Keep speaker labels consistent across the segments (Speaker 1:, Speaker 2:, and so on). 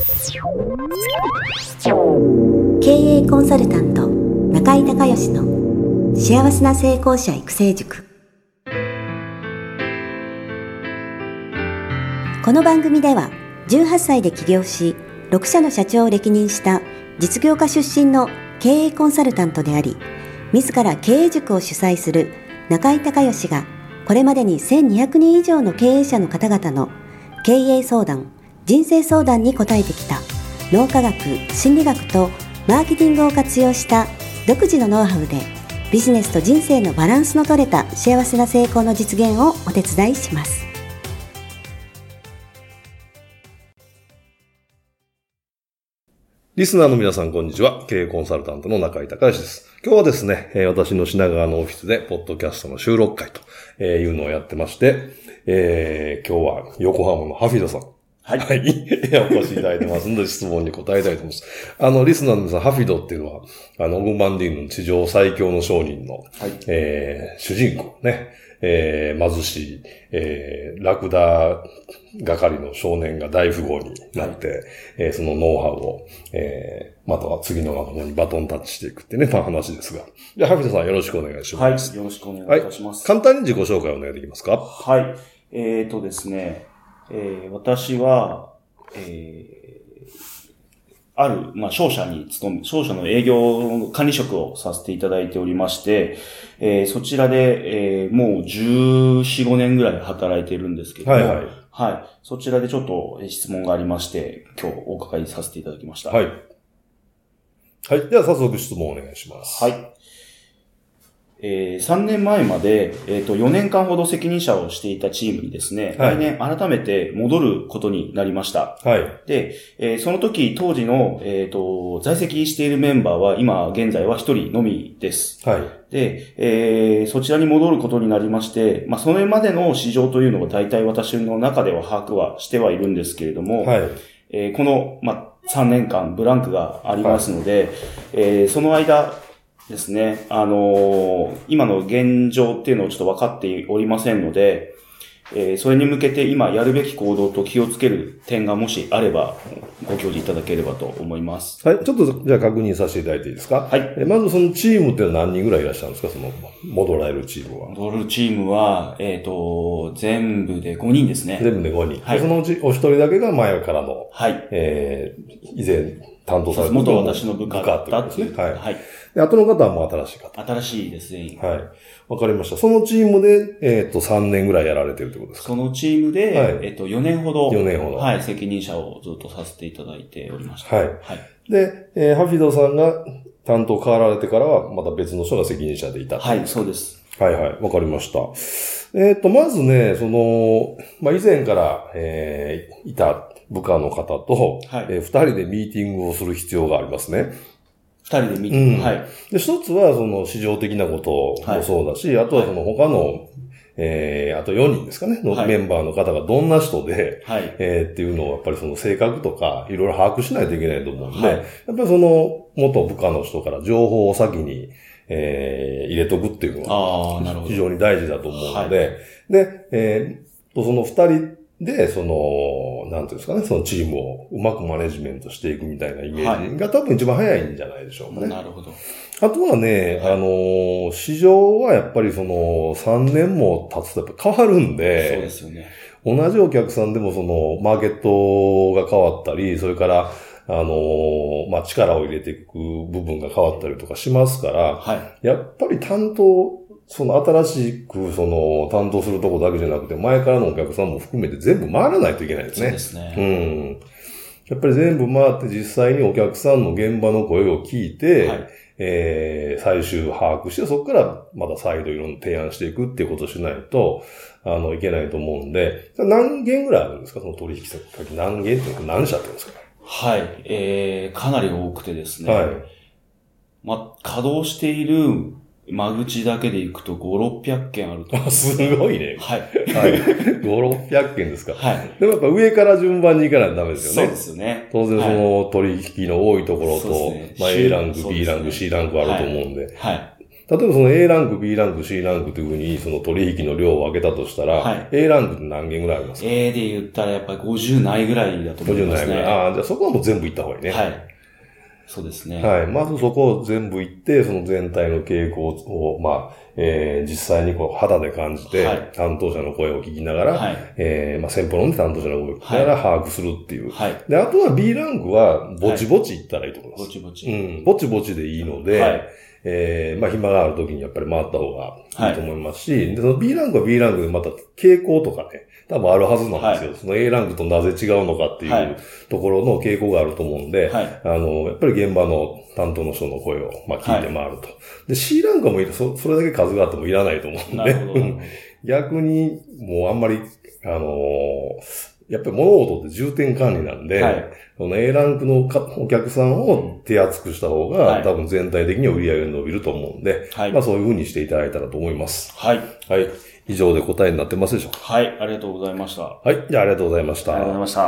Speaker 1: 経営コンサルタント中井孝義の幸せな成功者育成塾。この番組では18歳で起業し6社の社長を歴任した実業家出身の経営コンサルタントであり、自ら経営塾を主催する中井孝義がこれまでに1200人以上の経営者の方々の経営相談、人生相談に応えてきた脳科学、心理学とマーケティングを活用した独自のノウハウでビジネスと人生のバランスの取れた幸せな成功の実現をお手伝いします。
Speaker 2: リスナーの皆さん、こんにちは。経営コンサルタントの中井孝義です。今日はですね、私の品川のオフィスで、ポッドキャストの収録会というのをやってまして、今日は横浜のハフィドさん。はい。はい。お越しいただいてますので、質問に答えたいと思います。リスナーの皆さん、ハフィドっていうのは、オグバンディーヌの地上最強の商人の、はい、主人公ね。貧しい、ラクダ係の少年が大富豪になって、はい、そのノウハウを、または次の若者にバトンタッチしていくってね、話ですが。じゃあ、ハフィドさんよろしくお願いします。
Speaker 3: はい、よろしくお願いいたします。
Speaker 2: はい、簡単に自己紹介をお願いできますか？
Speaker 3: はい。ですね、私は、ある、商社に商社の営業管理職をさせていただいておりまして、そちらで、もう14、5年ぐらい働いているんですけども、はいはい。はい。そちらでちょっと質問がありまして、今日お伺いさせていただきました。
Speaker 2: はい。はい。では早速質問をお願いします。
Speaker 3: はい。3年前まで、4年間ほど責任者をしていたチームにですね、はい、来年改めて戻ることになりました。はい。で、その時当時の、在籍しているメンバーは今現在は1人のみです。はい。で、そちらに戻ることになりまして、それまでの市場というのを大体私の中では把握はしてはいるんですけれども、はい。この、3年間ブランクがありますので、はい、その間、ですね。今の現状っていうのをちょっと分かっておりませんので、それに向けて今やるべき行動と気をつける点がもしあればご教示いただければと思います。
Speaker 2: はい。ちょっとじゃあ確認させていただいていいですか？はい。まずそのチームって何人ぐらいいらっしゃるんですか？その戻られるチームは。
Speaker 3: 戻るチームは、全部で5人ですね。
Speaker 2: 全部で5人。はい。そのうちお一人だけが前からの。
Speaker 3: はい。
Speaker 2: 以前担当された
Speaker 3: 元私の部下だったっていう。
Speaker 2: はい。はい。で、後の方はもう新しい方。
Speaker 3: 新しいですね。
Speaker 2: はい。わかりました。そのチームで、3年ぐらいやられてるってことですか？
Speaker 3: そのチームで、はい、4年ほど。
Speaker 2: 4年ほど。
Speaker 3: はい、責任者をずっとさせていただいておりました。
Speaker 2: はい。はい。で、ハフィドさんが担当変わられてからは、また別の人が責任者でいた。
Speaker 3: はい、そうです。
Speaker 2: はいはい。わかりました。まずね、以前から、いた部下の方と、はい、2人でミーティングをする必要がありますね。
Speaker 3: 二人でミーティング、はい。
Speaker 2: で、一つはその市場的なこともそうだし、はい、あとはその他の、あと4人ですかね、のメンバーの方がどんな人で、はい、っていうのをやっぱりその性格とかいろいろ把握しないといけないと思うんで、はい、やっぱりその元部下の人から情報を先に、入れとくっていうのは非常に大事だと思うので、はい、で、その二人で、なんていうんですかね、そのチームをうまくマネジメントしていくみたいなイメージが多分一番早いんじゃないでしょうかね。
Speaker 3: なるほど。
Speaker 2: あとはね、はい、市場はやっぱり3年も経つとやっぱ変わるんで、
Speaker 3: そうですよね。
Speaker 2: 同じお客さんでもマーケットが変わったり、それから、力を入れていく部分が変わったりとかしますから、はい、やっぱり新しく担当するとこだけじゃなくて、前からのお客さんも含めて全部回らないといけないですね。
Speaker 3: そうですね。
Speaker 2: やっぱり全部回って実際にお客さんの現場の声を聞いて、はい、最終把握して、そこからまた再度いろんな提案していくっていうことをしないと、いけないと思うんで、何件ぐらいあるんですか？その取引先何件っていうか何社っていうんですか？
Speaker 3: はい。かなり多くてですね。はい。稼働している間口だけでいくと5、600件あると。
Speaker 2: すごいね。
Speaker 3: はい。
Speaker 2: はい。5、600件ですか。
Speaker 3: はい。
Speaker 2: でもやっぱ上から順番に行かないとダメですよね。
Speaker 3: そうですよね。
Speaker 2: 当然その取引の多いところと、はい、A ランク、B ランク、C ランクあると思うんで。
Speaker 3: はい。
Speaker 2: 例えばその A ランク、B ランク、C ランクというふうにその取引の量を分けたとしたら、はい、A ランクって何件ぐらいありますか？
Speaker 3: A で言ったらやっぱり50ないぐらいだと思いますね。50ないぐらい。
Speaker 2: ああ、じゃあそこはもう全部いった方がいいね。
Speaker 3: はい。そうですね。
Speaker 2: はい。まずそこを全部行って、その全体の傾向を、実際にこう肌で感じて、はい、担当者の声を聞きながら、はい、先方の担当者の声を聞きながら把握するっていう。はい。で、あとは B ランクは、ぼちぼち行ったらいいと思います。ぼちぼち。うん。ぼちぼちでいいので、はい。暇がある時にやっぱり回った方がいいと思いますし、はい、でその B ランクは B ランクでまた傾向とかね、多分あるはずなんですよ。はい、その A ランクとなぜ違うのかっていうところの傾向があると思うんで、はい、やっぱり現場の担当の人の声を聞いて回ると。はい、で、C ランクはもうそれだけ数があってもいらないと思うんで、逆にもうあんまり、やっぱり物事って重点管理なんで、はい、その A ランクのお客さんを手厚くした方が、はい、多分全体的には売り上げが伸びると思うんで、はい、そういう風にしていただいたらと思います。はい。はい。以上で答えになってますでしょうか？
Speaker 3: はい。ありがとうございました。
Speaker 2: はい。じゃあありがとうございました。
Speaker 3: ありがとうございました。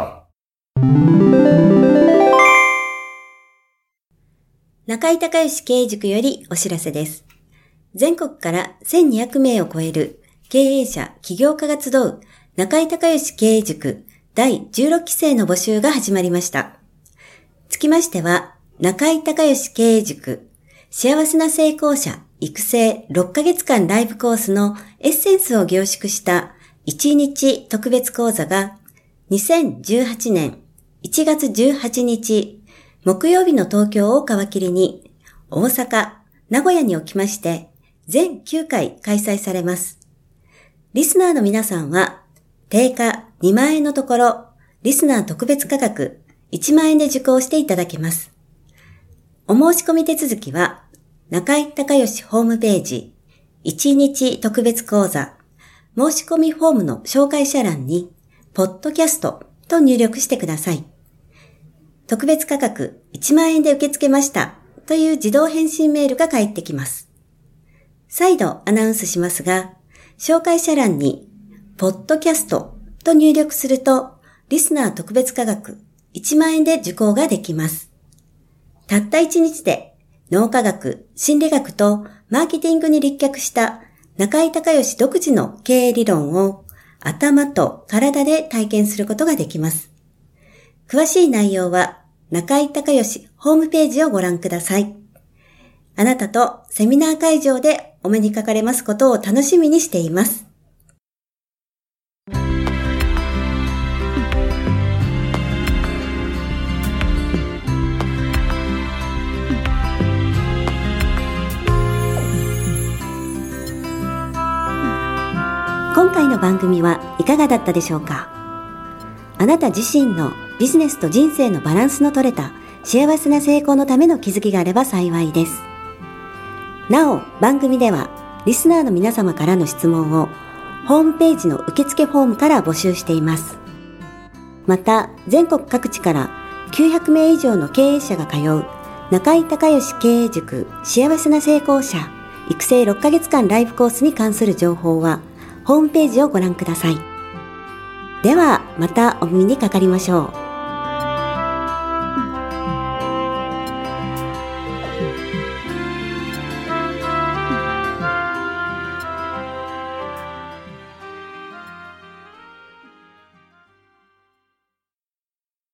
Speaker 1: 中井隆義経営塾よりお知らせです。全国から1200名を超える経営者、起業家が集う中井隆義経営塾第16期生の募集が始まりました。つきましては、中井隆義経営塾幸せな成功者育成6ヶ月間ライブコースのエッセンスを凝縮した1日特別講座が2018年1月18日木曜日の東京を皮切りに大阪、名古屋におきまして全9回開催されます。リスナーの皆さんは定価2万円のところリスナー特別価格1万円で受講していただけます。お申し込み手続きは中井隆義ホームページ1日特別講座申し込みフォームの紹介者欄にポッドキャストと入力してください。特別価格1万円で受け付けましたという自動返信メールが返ってきます。再度アナウンスしますが、紹介者欄にポッドキャストと入力するとリスナー特別価格1万円で受講ができます。たった1日で脳科学、心理学とマーケティングに立脚した中井隆義独自の経営理論を頭と体で体験することができます。詳しい内容は中井隆義ホームページをご覧ください。あなたとセミナー会場でお目にかかれますことを楽しみにしています。今回の番組はいかがだったでしょうか？あなた自身のビジネスと人生のバランスの取れた幸せな成功のための気づきがあれば幸いです。なお、番組ではリスナーの皆様からの質問をホームページの受付フォームから募集しています。また、全国各地から900名以上の経営者が通う中井隆義経営塾幸せな成功者育成6ヶ月間ライブコースに関する情報はホームページをご覧ください。ではまたお耳にかかりましょう。